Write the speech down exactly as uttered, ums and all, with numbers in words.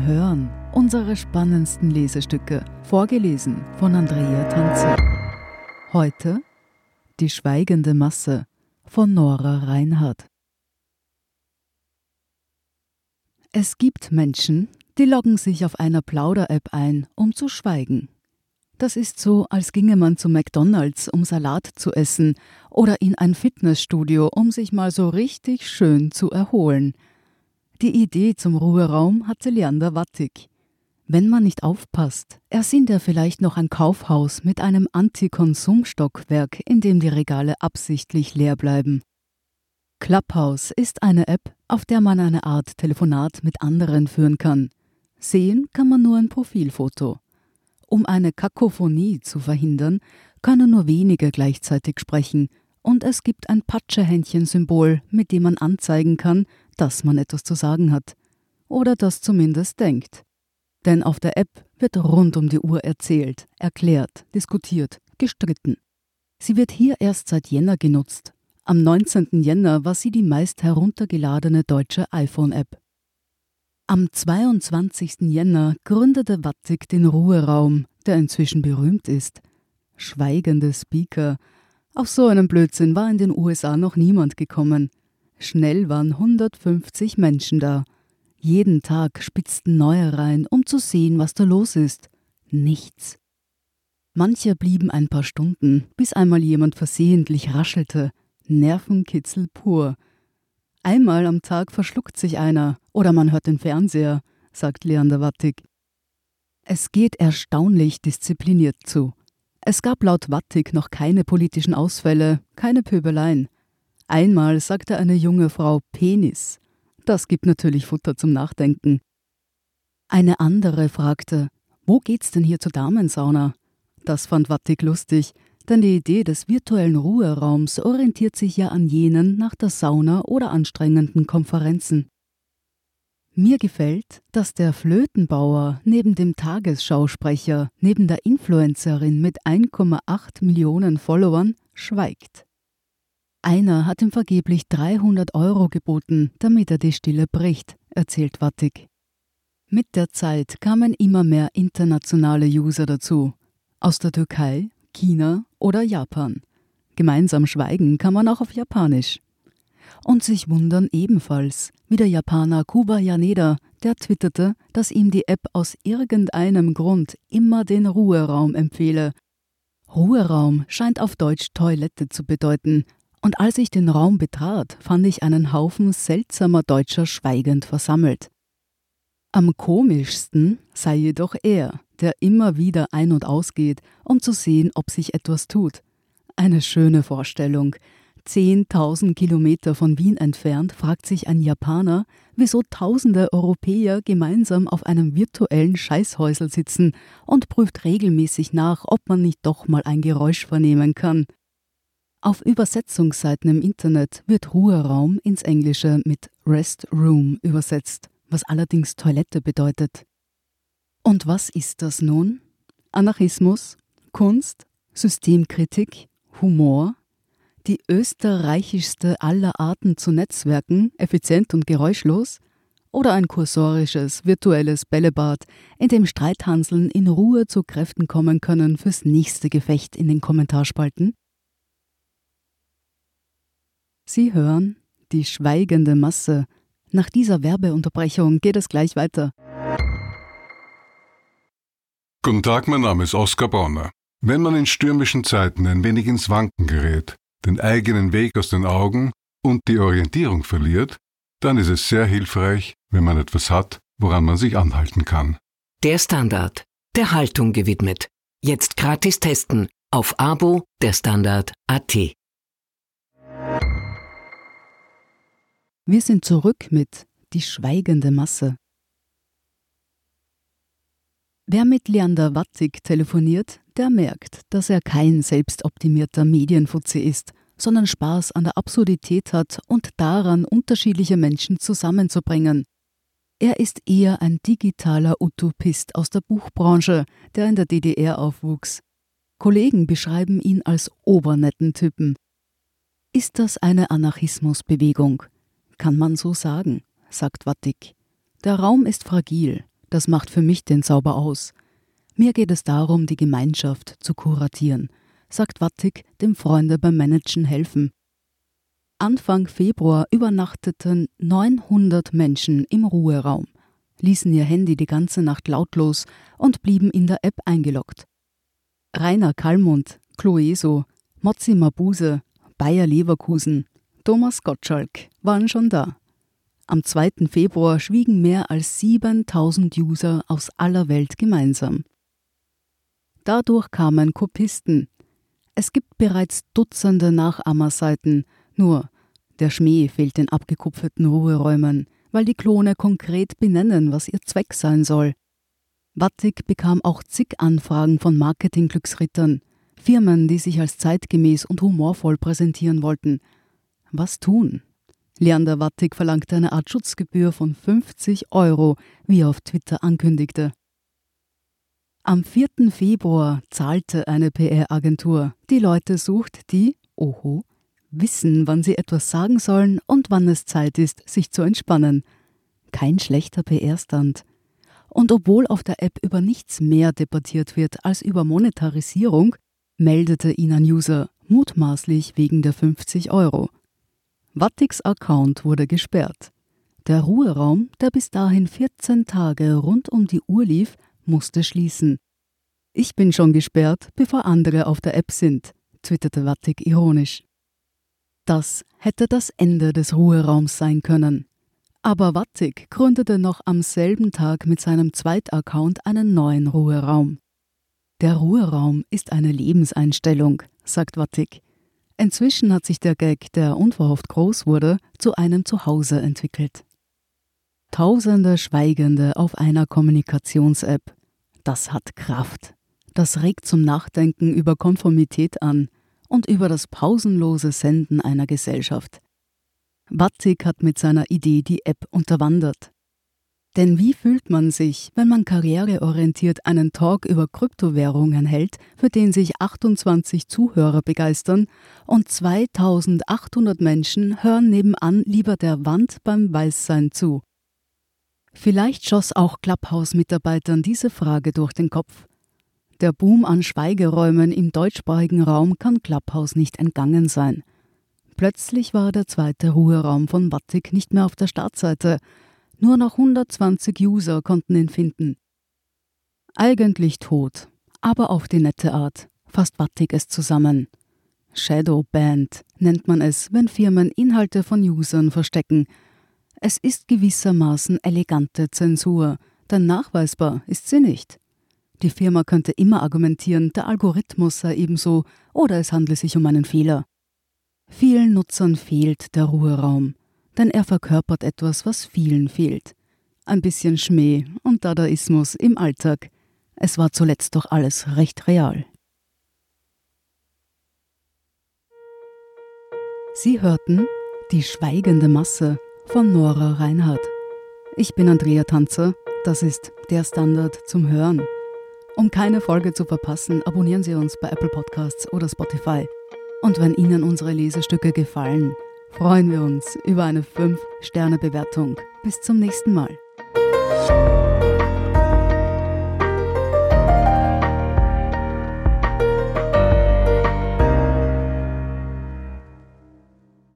zum Hören unsere spannendsten Lesestücke, vorgelesen von Andrea Tanze. Heute Die schweigende Masse von Nora Reinhardt. Es gibt Menschen, die loggen sich auf einer Plauder-App ein, um zu schweigen. Das ist so, als ginge man zu McDonald's, um Salat zu essen, oder in ein Fitnessstudio, um sich mal so richtig schön zu erholen. Die Idee zum Ruheraum hatte Leander Wattig. Wenn man nicht aufpasst, ersinnt er vielleicht noch ein Kaufhaus mit einem Anti-Konsum-Stockwerk, in dem die Regale absichtlich leer bleiben. Clubhouse ist eine App, auf der man eine Art Telefonat mit anderen führen kann. Sehen kann man nur ein Profilfoto. Um eine Kakophonie zu verhindern, können nur wenige gleichzeitig sprechen und es gibt ein Patschehändchen-Symbol, mit dem man anzeigen kann, dass man etwas zu sagen hat. Oder das zumindest denkt. Denn auf der App wird rund um die Uhr erzählt, erklärt, diskutiert, gestritten. Sie wird hier erst seit Jänner genutzt. Am neunzehnten Jänner war sie die meist heruntergeladene deutsche iPhone-App. Am zweiundzwanzigsten Jänner gründete Wattig den Ruheraum, der inzwischen berühmt ist. Schweigende Speaker. Auf so einen Blödsinn war in den U S A noch niemand gekommen. Schnell waren hundertfünfzig Menschen da. Jeden Tag spitzten neue rein, um zu sehen, was da los ist. Nichts. Manche blieben ein paar Stunden, bis einmal jemand versehentlich raschelte. Nervenkitzel pur. Einmal am Tag verschluckt sich einer oder man hört den Fernseher, sagt Leander Wattig. Es geht erstaunlich diszipliniert zu. Es gab laut Wattig noch keine politischen Ausfälle, keine Pöbeleien. Einmal sagte eine junge Frau Penis. Das gibt natürlich Futter zum Nachdenken. Eine andere fragte, wo geht's denn hier zur Damensauna? Das fand Wattig lustig, denn die Idee des virtuellen Ruheraums orientiert sich ja an jenen nach der Sauna oder anstrengenden Konferenzen. Mir gefällt, dass der Flötenbauer neben dem Tagesschausprecher, neben der Influencerin mit eins Komma acht Millionen Followern schweigt. Einer hat ihm vergeblich dreihundert Euro geboten, damit er die Stille bricht, erzählt Wattig. Mit der Zeit kamen immer mehr internationale User dazu. Aus der Türkei, China oder Japan. Gemeinsam schweigen kann man auch auf Japanisch. Und sich wundern ebenfalls, wie der Japaner Kuba Yaneda, der twitterte, dass ihm die App aus irgendeinem Grund immer den Ruheraum empfehle. Ruheraum scheint auf Deutsch Toilette zu bedeuten. Und als ich den Raum betrat, fand ich einen Haufen seltsamer Deutscher schweigend versammelt. Am komischsten sei jedoch er, der immer wieder ein- und ausgeht, um zu sehen, ob sich etwas tut. Eine schöne Vorstellung. Zehntausend Kilometer von Wien entfernt fragt sich ein Japaner, wieso tausende Europäer gemeinsam auf einem virtuellen Scheißhäusel sitzen und prüft regelmäßig nach, ob man nicht doch mal ein Geräusch vernehmen kann. Auf Übersetzungsseiten im Internet wird Ruheraum ins Englische mit Rest Room übersetzt, was allerdings Toilette bedeutet. Und was ist das nun? Anarchismus, Kunst, Systemkritik, Humor? Die österreichischste aller Arten zu Netzwerken, effizient und geräuschlos? Oder ein kursorisches, virtuelles Bällebad, in dem Streithanseln in Ruhe zu Kräften kommen können fürs nächste Gefecht in den Kommentarspalten? Sie hören Die schweigende Masse. Nach dieser Werbeunterbrechung geht es gleich weiter. Guten Tag, mein Name ist Oskar Bonner. Wenn man in stürmischen Zeiten ein wenig ins Wanken gerät, den eigenen Weg aus den Augen und die Orientierung verliert, dann ist es sehr hilfreich, wenn man etwas hat, woran man sich anhalten kann. Der Standard, der Haltung gewidmet. Jetzt gratis testen auf Abo der Standard punkt a t. Wir sind zurück mit Die schweigende Masse. Wer mit Leander Wattig telefoniert, der merkt, dass er kein selbstoptimierter Medienfuzzi ist, sondern Spaß an der Absurdität hat und daran, unterschiedliche Menschen zusammenzubringen. Er ist eher ein digitaler Utopist aus der Buchbranche, der in der D D R aufwuchs. Kollegen beschreiben ihn als obernetten Typen. Ist das eine Anarchismusbewegung? Kann man so sagen, sagt Wattig. Der Raum ist fragil, das macht für mich den Zauber aus. Mir geht es darum, die Gemeinschaft zu kuratieren, sagt Wattig, dem Freunde beim Managen helfen. Anfang Februar übernachteten neunhundert Menschen im Ruheraum, ließen ihr Handy die ganze Nacht lautlos und blieben in der App eingeloggt. Rainer Kallmund, Clueso, Mozzi Mabuse, Bayer Leverkusen, Thomas Gottschalk waren schon da. Am zweiten Februar schwiegen mehr als siebentausend User aus aller Welt gemeinsam. Dadurch kamen Kopisten. Es gibt bereits Dutzende Nachahmerseiten, nur der Schmäh fehlt den abgekupferten Ruheräumen, weil die Klone konkret benennen, was ihr Zweck sein soll. Wattig bekam auch zig Anfragen von Marketing-Glücksrittern, Firmen, die sich als zeitgemäß und humorvoll präsentieren wollten. Was tun? Leander Wattig verlangte eine Art Schutzgebühr von fünfzig Euro, wie er auf Twitter ankündigte. Am vierten Februar zahlte eine P R-Agentur. Die Leute sucht, die, oho, wissen, wann sie etwas sagen sollen und wann es Zeit ist, sich zu entspannen. Kein schlechter P R-Stand. Und obwohl auf der App über nichts mehr debattiert wird als über Monetarisierung, meldete ihn ein User mutmaßlich wegen der fünfzig Euro. Wattigs Account wurde gesperrt. Der Ruheraum, der bis dahin vierzehn Tage rund um die Uhr lief, musste schließen. Ich bin schon gesperrt, bevor andere auf der App sind, twitterte Wattig ironisch. Das hätte das Ende des Ruheraums sein können. Aber Wattig gründete noch am selben Tag mit seinem Zweitaccount einen neuen Ruheraum. Der Ruheraum ist eine Lebenseinstellung, sagt Wattig. Inzwischen hat sich der Gag, der unverhofft groß wurde, zu einem Zuhause entwickelt. Tausende Schweigende auf einer Kommunikations-App. Das hat Kraft. Das regt zum Nachdenken über Konformität an und über das pausenlose Senden einer Gesellschaft. Wattig hat mit seiner Idee die App unterwandert. Denn wie fühlt man sich, wenn man karriereorientiert einen Talk über Kryptowährungen hält, für den sich achtundzwanzig Zuhörer begeistern und zweitausendachthundert Menschen hören nebenan lieber der Wand beim Weißsein zu? Vielleicht schoss auch Clubhouse-Mitarbeitern diese Frage durch den Kopf. Der Boom an Schweigeräumen im deutschsprachigen Raum kann Clubhouse nicht entgangen sein. Plötzlich war der zweite Ruheraum von Wattig nicht mehr auf der Startseite. Nur noch hundertzwanzig User konnten ihn finden. Eigentlich tot, aber auf die nette Art, fasst Wattig es zusammen. Shadowbanned nennt man es, wenn Firmen Inhalte von Usern verstecken. Es ist gewissermaßen elegante Zensur, denn nachweisbar ist sie nicht. Die Firma könnte immer argumentieren, der Algorithmus sei ebenso oder es handle sich um einen Fehler. Vielen Nutzern fehlt der Ruheraum, denn er verkörpert etwas, was vielen fehlt. Ein bisschen Schmäh und Dadaismus im Alltag. Es war zuletzt doch alles recht real. Sie hörten Die schweigende Masse von Nora Reinhardt. Ich bin Andrea Tanzer, das ist der Standard zum Hören. Um keine Folge zu verpassen, abonnieren Sie uns bei Apple Podcasts oder Spotify. Und wenn Ihnen unsere Lesestücke gefallen, freuen wir uns über eine fünf Sterne Bewertung. Bis zum nächsten Mal.